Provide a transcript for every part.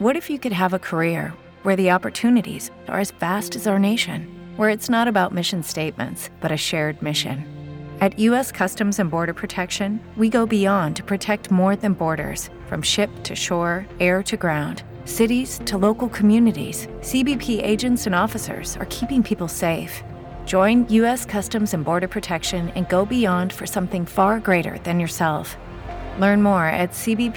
What if you could have a career where the opportunities are as vast as our nation, where it's not about mission statements, but a shared mission? At U.S. Customs and Border Protection, we go beyond to protect more than borders. From ship to shore, air to ground, cities to local communities, CBP agents and officers are keeping people safe. Join U.S. Customs and Border Protection and go beyond for something far greater than yourself. Learn more at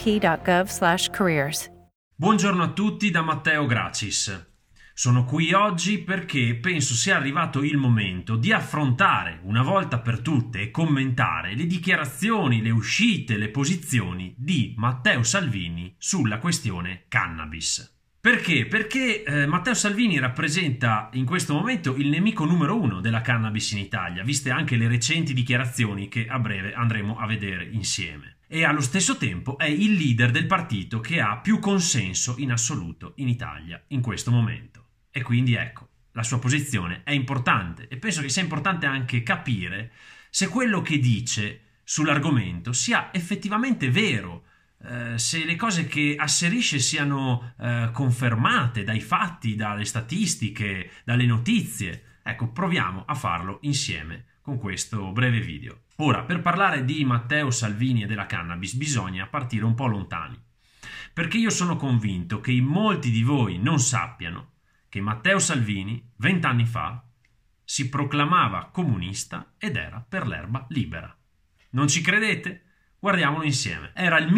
cbp.gov/careers. Buongiorno a tutti da Matteo Gracis. Sono qui oggi perché penso sia arrivato il momento di affrontare una volta per tutte e commentare le dichiarazioni, le uscite, le posizioni di Matteo Salvini sulla questione cannabis. Perché? Perché Matteo Salvini rappresenta in questo momento il nemico numero uno della cannabis in Italia, viste anche le recenti dichiarazioni che a breve andremo a vedere insieme. E allo stesso tempo è il leader del partito che ha più consenso in assoluto in Italia in questo momento. E quindi ecco, la sua posizione è importante e penso che sia importante anche capire se quello che dice sull'argomento sia effettivamente vero, se le cose che asserisce siano confermate dai fatti, dalle statistiche, dalle notizie. Ecco, proviamo a farlo insieme con questo breve video. Ora, per parlare di Matteo Salvini e della cannabis bisogna partire un po' lontani, perché io sono convinto che in molti di voi non sappiano che Matteo Salvini 20 anni fa si proclamava comunista ed era per l'erba libera. Non ci credete? Guardiamolo insieme. Era il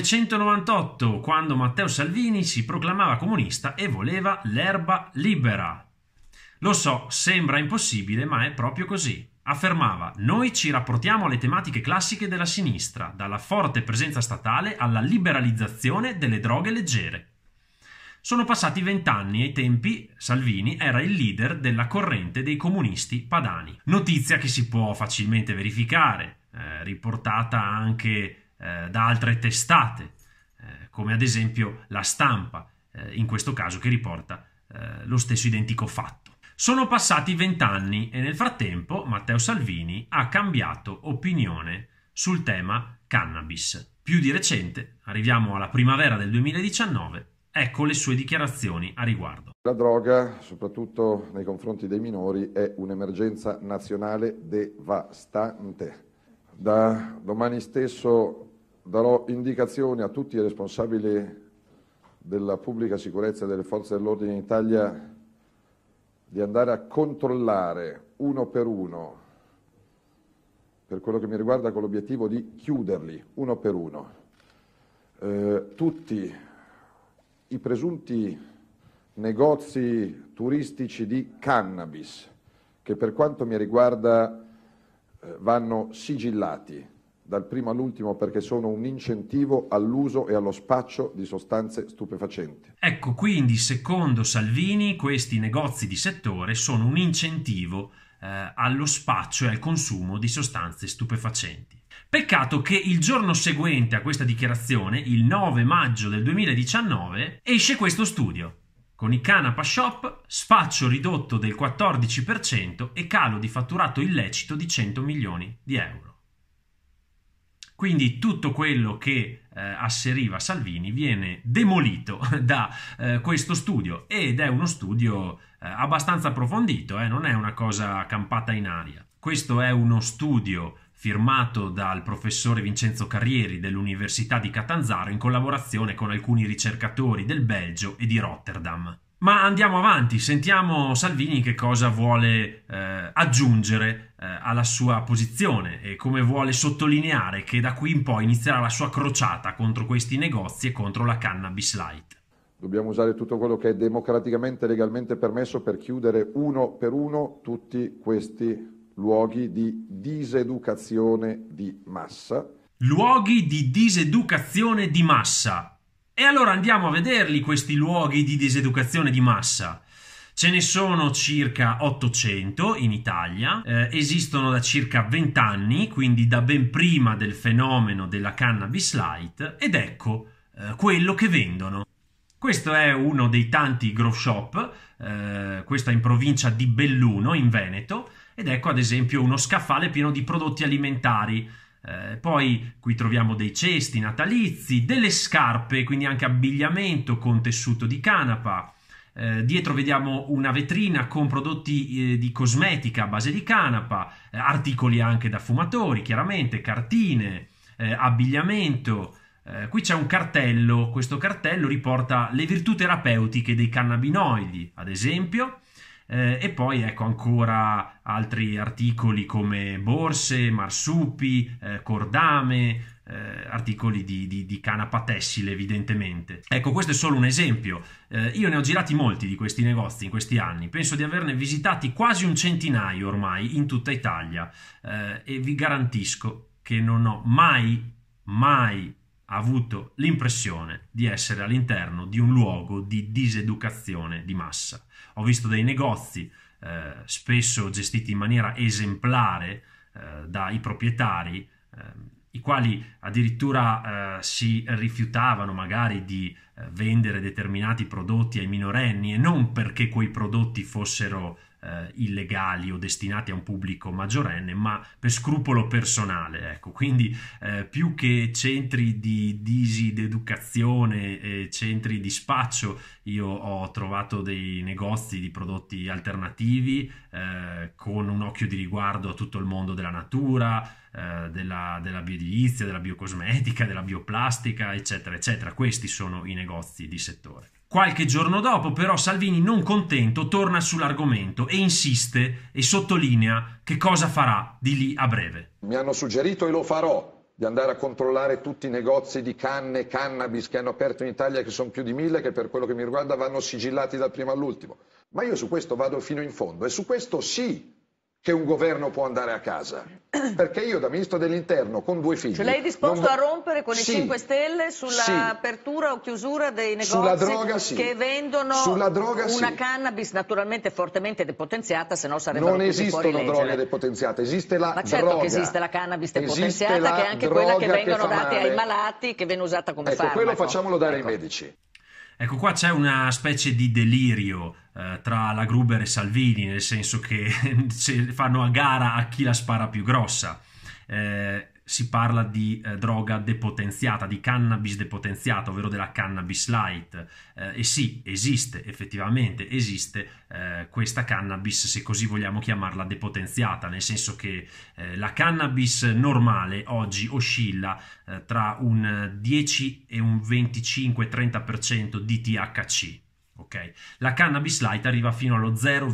1998 quando Matteo Salvini si proclamava comunista e voleva l'erba libera. Lo so, sembra impossibile, ma è proprio così. Affermava: noi ci rapportiamo alle tematiche classiche della sinistra, dalla forte presenza statale alla liberalizzazione delle droghe leggere. Sono passati 20 anni e ai tempi Salvini era il leader della corrente dei comunisti padani. Notizia che si può facilmente verificare, riportata anche da altre testate, come ad esempio La Stampa, in questo caso che riporta lo stesso identico fatto. Sono passati 20 anni e nel frattempo Matteo Salvini ha cambiato opinione sul tema cannabis. Più di recente, arriviamo alla primavera del 2019, ecco le sue dichiarazioni a riguardo. La droga, soprattutto nei confronti dei minori, è un'emergenza nazionale devastante. Da domani stesso darò indicazioni a tutti i responsabili della pubblica sicurezza e delle forze dell'ordine in Italia di andare a controllare uno, per quello che mi riguarda, con l'obiettivo di chiuderli uno per uno. Tutti i presunti negozi turistici di cannabis, che per quanto mi riguarda vanno sigillati dal primo all'ultimo perché sono un incentivo all'uso e allo spaccio di sostanze stupefacenti. Ecco, quindi secondo Salvini questi negozi di settore sono un incentivo allo spaccio e al consumo di sostanze stupefacenti. Peccato che il giorno seguente a questa dichiarazione, il 9 maggio del 2019, esce questo studio con i Canapa Shop, sfaccio ridotto del 14% e calo di fatturato illecito di 100 milioni di euro. Quindi tutto quello che asseriva Salvini viene demolito da questo studio, ed è uno studio abbastanza approfondito, non è una cosa campata in aria. Questo è uno studio firmato dal professore Vincenzo Carrieri dell'Università di Catanzaro in collaborazione con alcuni ricercatori del Belgio e di Rotterdam. Ma andiamo avanti, sentiamo Salvini che cosa vuole aggiungere alla sua posizione e come vuole sottolineare che da qui in poi inizierà la sua crociata contro questi negozi e contro la cannabis light. Dobbiamo usare tutto quello che è democraticamente e legalmente permesso per chiudere uno per uno tutti questi luoghi di diseducazione di massa. Luoghi di diseducazione di massa. E allora andiamo a vederli questi luoghi di diseducazione di massa. Ce ne sono circa 800 in Italia, esistono da circa 20 anni, quindi da ben prima del fenomeno della cannabis light, ed ecco quello che vendono. Questo è uno dei tanti grow shop, questo è in provincia di Belluno, in Veneto, ed ecco ad esempio uno scaffale pieno di prodotti alimentari, Poi qui troviamo dei cesti natalizi, delle scarpe, quindi anche abbigliamento con tessuto di canapa. Dietro vediamo una vetrina con prodotti di cosmetica a base di canapa, articoli anche da fumatori, chiaramente, cartine, abbigliamento. Qui c'è un cartello, questo cartello riporta le virtù terapeutiche dei cannabinoidi, ad esempio, e poi ecco ancora altri articoli come borse, marsupi, cordame, articoli di canapa tessile, evidentemente. Ecco, questo è solo un esempio. Io ne ho girati molti di questi negozi in questi anni, penso di averne visitati quasi un centinaio ormai in tutta Italia, e vi garantisco che non ho mai avuto l'impressione di essere all'interno di un luogo di diseducazione di massa. Ho visto dei negozi spesso gestiti in maniera esemplare dai proprietari, i quali addirittura si rifiutavano magari di vendere determinati prodotti ai minorenni, e non perché quei prodotti fossero illegali o destinati a un pubblico maggiorenne, ma per scrupolo personale, ecco. Quindi più che centri di diseducazione e centri di spaccio, io ho trovato dei negozi di prodotti alternativi con un occhio di riguardo a tutto il mondo della natura, della bioedilizia, della biocosmetica, della bioplastica, eccetera eccetera. Questi sono i negozi di settore. Qualche giorno dopo, però, Salvini, non contento, torna sull'argomento e insiste e sottolinea che cosa farà di lì a breve. Mi hanno suggerito, e lo farò, di andare a controllare tutti i negozi di canne, cannabis che hanno aperto in Italia, che sono più di 1000, che per quello che mi riguarda vanno sigillati dal primo all'ultimo. Ma io su questo vado fino in fondo, e su questo sì che un governo può andare a casa, perché io da ministro dell'interno con 2 figli... Cioè lei è disposto a rompere con i 5 Stelle sulla apertura o chiusura dei negozi sulla droga, che vendono una cannabis naturalmente fortemente depotenziata, se no sarebbero tutti fuori legge. Non esistono droghe depotenziate, esiste la droga. Ma certo che esiste la cannabis depotenziata, che è anche quella che vengono date ai malati, che viene usata come farmaco. Quello facciamolo dare ai medici. Ecco, qua c'è una specie di delirio tra la Gruber e Salvini, nel senso che fanno a gara a chi la spara più grossa. Si parla di droga depotenziata, di cannabis depotenziata, ovvero della cannabis light. E sì, esiste, effettivamente esiste questa cannabis, se così vogliamo chiamarla, depotenziata, nel senso che la cannabis normale oggi oscilla tra un 10 e un 25-30% di THC. Okay. La cannabis light arriva fino allo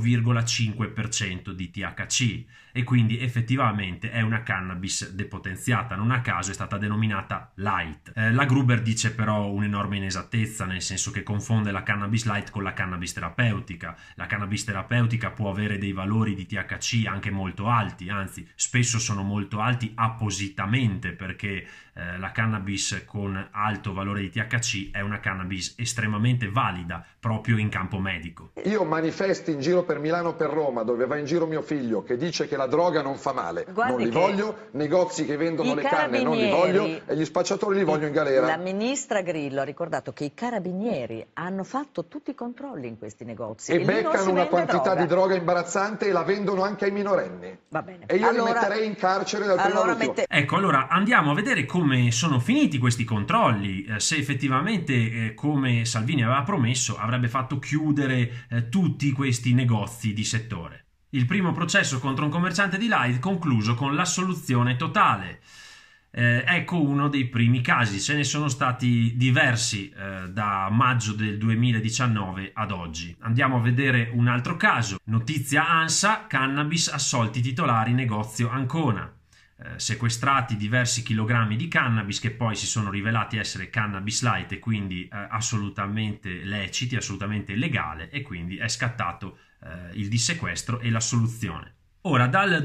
0,5% di THC e quindi effettivamente è una cannabis depotenziata, non a caso è stata denominata light. La Gruber dice però un'enorme inesattezza, nel senso che confonde la cannabis light con la cannabis terapeutica. La cannabis terapeutica può avere dei valori di THC anche molto alti, anzi spesso sono molto alti appositamente, perché la cannabis con alto valore di THC è una cannabis estremamente valida proprio in campo medico. Io manifesti in giro per Milano, per Roma, dove va in giro mio figlio, che dice che la droga non fa male. Guardi, non li voglio, negozi che vendono le canne non li voglio, e gli spacciatori li voglio in galera. La ministra Grillo ha ricordato che i carabinieri hanno fatto tutti i controlli in questi negozi e beccano una quantità di droga imbarazzante e la vendono anche ai minorenni. Va bene. E io li metterei in carcere dal primo all'ultimo. Ecco, allora andiamo a vedere come sono finiti questi controlli, se effettivamente, come Salvini aveva promesso, avrebbe fatto chiudere tutti questi negozi di settore. Il primo processo contro un commerciante di light concluso con l'assoluzione totale. Ecco uno dei primi casi, ce ne sono stati diversi da maggio del 2019 ad oggi. Andiamo a vedere un altro caso. Notizia ANSA, cannabis, assolti titolari negozio Ancona. Sequestrati diversi chilogrammi di cannabis che poi si sono rivelati essere cannabis light e quindi assolutamente leciti, assolutamente legale, e quindi è scattato il dissequestro e l'assoluzione. Ora, dal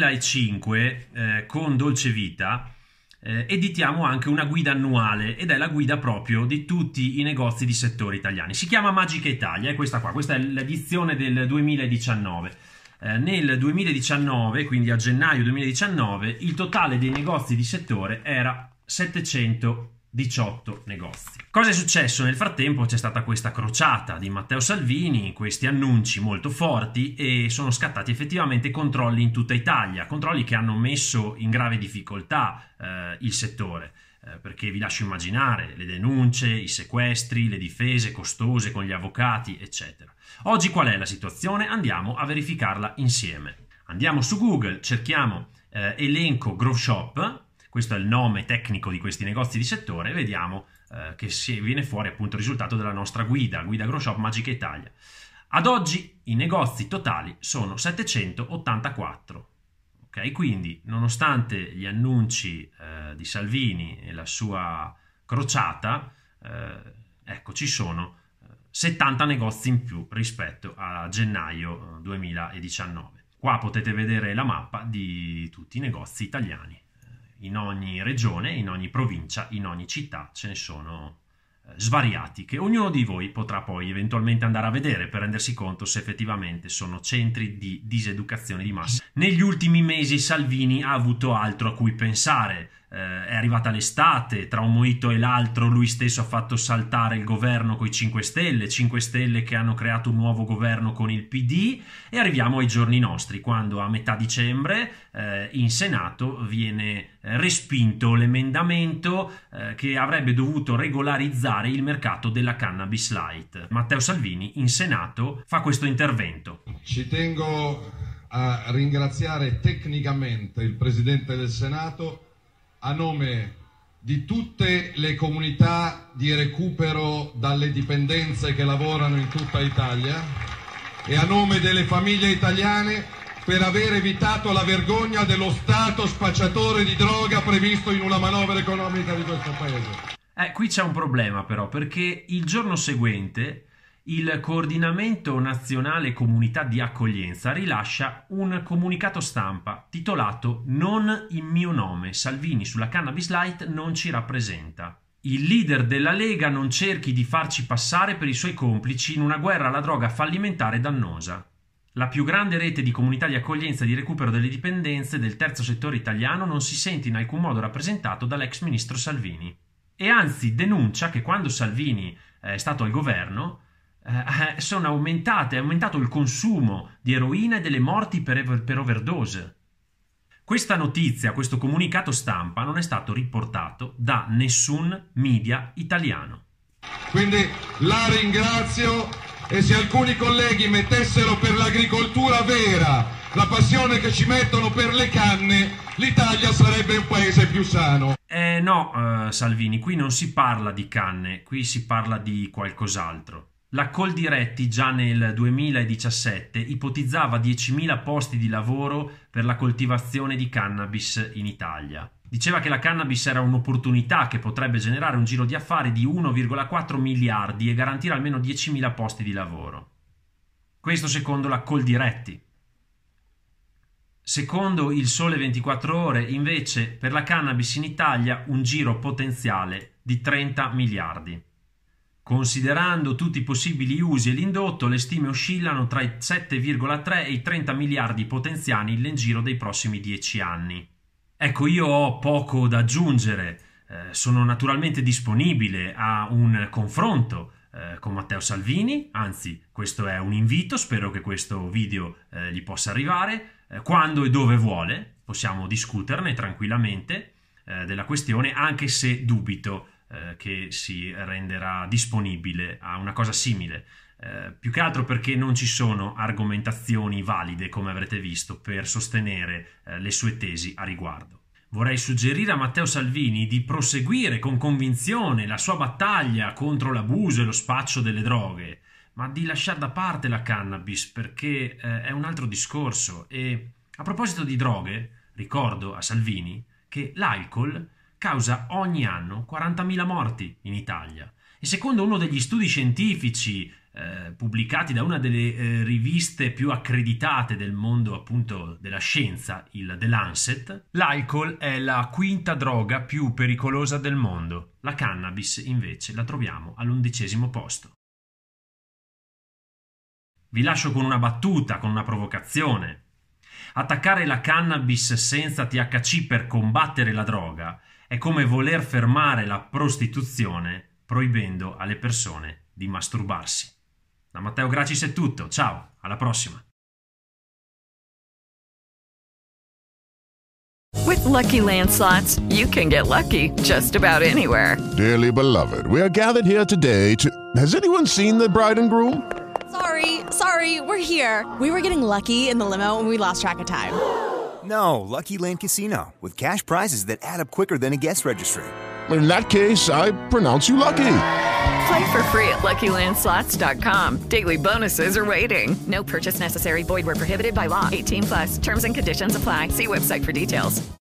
2005 con Dolce Vita editiamo anche una guida annuale, ed è la guida proprio di tutti i negozi di settore italiani. Si chiama Magica Italia, è questa qua, questa è l'edizione del 2019. Nel 2019, quindi a gennaio 2019, il totale dei negozi di settore era 700 18 negozi. Cosa è successo nel frattempo? C'è stata questa crociata di Matteo Salvini, questi annunci molto forti, e sono scattati effettivamente controlli in tutta Italia, controlli che hanno messo in grave difficoltà il settore, perché vi lascio immaginare le denunce, i sequestri, le difese costose con gli avvocati, eccetera. Oggi qual è la situazione? Andiamo a verificarla insieme. Andiamo su Google, cerchiamo elenco Grow Shop. Questo è il nome tecnico di questi negozi di settore, e vediamo che viene fuori appunto il risultato della nostra guida Grow Shop Magica Italia. Ad oggi i negozi totali sono 784. Ok, quindi nonostante gli annunci di Salvini e la sua crociata, ecco, ci sono 70 negozi in più rispetto a gennaio 2019. Qua potete vedere la mappa di tutti i negozi italiani. In ogni regione, in ogni provincia, in ogni città ce ne sono svariati, che ognuno di voi potrà poi eventualmente andare a vedere per rendersi conto se effettivamente sono centri di diseducazione di massa. Negli ultimi mesi Salvini ha avuto altro a cui pensare. È arrivata l'estate, tra un mojito e l'altro lui stesso ha fatto saltare il governo con i 5 Stelle che hanno creato un nuovo governo con il PD, e arriviamo ai giorni nostri, quando a metà dicembre in Senato viene respinto l'emendamento che avrebbe dovuto regolarizzare il mercato della cannabis light. Matteo Salvini in Senato fa questo intervento. Ci tengo a ringraziare tecnicamente il Presidente del Senato a nome di tutte le comunità di recupero dalle dipendenze che lavorano in tutta Italia e a nome delle famiglie italiane per aver evitato la vergogna dello Stato spacciatore di droga previsto in una manovra economica di questo Paese. Qui c'è un problema però, perché il giorno seguente il Coordinamento Nazionale Comunità di Accoglienza rilascia un comunicato stampa titolato "Non in mio nome, Salvini sulla cannabis light non ci rappresenta". Il leader della Lega non cerchi di farci passare per i suoi complici in una guerra alla droga fallimentare e dannosa. La più grande rete di comunità di accoglienza e di recupero delle dipendenze del terzo settore italiano non si sente in alcun modo rappresentato dall'ex ministro Salvini. E anzi denuncia che quando Salvini è stato al governo è aumentato il consumo di eroina e delle morti per overdose. Questa notizia, questo comunicato stampa non è stato riportato da nessun media italiano. Quindi la ringrazio, e se alcuni colleghi mettessero per l'agricoltura vera la passione che ci mettono per le canne, l'Italia sarebbe un paese più sano. No, Salvini, qui non si parla di canne, qui si parla di qualcos'altro. La Coldiretti già nel 2017 ipotizzava 10.000 posti di lavoro per la coltivazione di cannabis in Italia. Diceva che la cannabis era un'opportunità che potrebbe generare un giro di affari di 1,4 miliardi e garantire almeno 10.000 posti di lavoro. Questo secondo la Coldiretti. Secondo il Sole 24 Ore, invece, per la cannabis in Italia un giro potenziale di 30 miliardi. Considerando tutti i possibili usi e l'indotto, le stime oscillano tra i 7,3 e i 30 miliardi potenziali nel giro dei prossimi 10 anni. Ecco, io ho poco da aggiungere, sono naturalmente disponibile a un confronto con Matteo Salvini, anzi questo è un invito, spero che questo video gli possa arrivare, quando e dove vuole, possiamo discuterne tranquillamente della questione, anche se dubito che si renderà disponibile a una cosa simile, più che altro perché non ci sono argomentazioni valide, come avrete visto, per sostenere le sue tesi a riguardo. Vorrei suggerire a Matteo Salvini di proseguire con convinzione la sua battaglia contro l'abuso e lo spaccio delle droghe, ma di lasciare da parte la cannabis perché è un altro discorso. E a proposito di droghe, ricordo a Salvini che l'alcol causa ogni anno 40.000 morti in Italia, e secondo uno degli studi scientifici pubblicati da una delle riviste più accreditate del mondo appunto della scienza, il The Lancet, l'alcol è la quinta droga più pericolosa del mondo. La cannabis invece la troviamo all'11° posto. Vi lascio con una battuta, con una provocazione. Attaccare la cannabis senza THC per combattere la droga è È come voler fermare la prostituzione proibendo alle persone di masturbarsi. Da Matteo Gracis è tutto, ciao, alla prossima. With Lucky Land Slots, you can get lucky just about anywhere. Dearly beloved, we are gathered here today to... Has anyone seen the bride and groom? Sorry, we're here. We were getting lucky in the limo and we lost track of time. No, Lucky Land Casino, with cash prizes that add up quicker than a guest registry. In that case, I pronounce you lucky. Play for free at LuckyLandSlots.com. Daily bonuses are waiting. No purchase necessary. Void where prohibited by law. 18+. Terms and conditions apply. See website for details.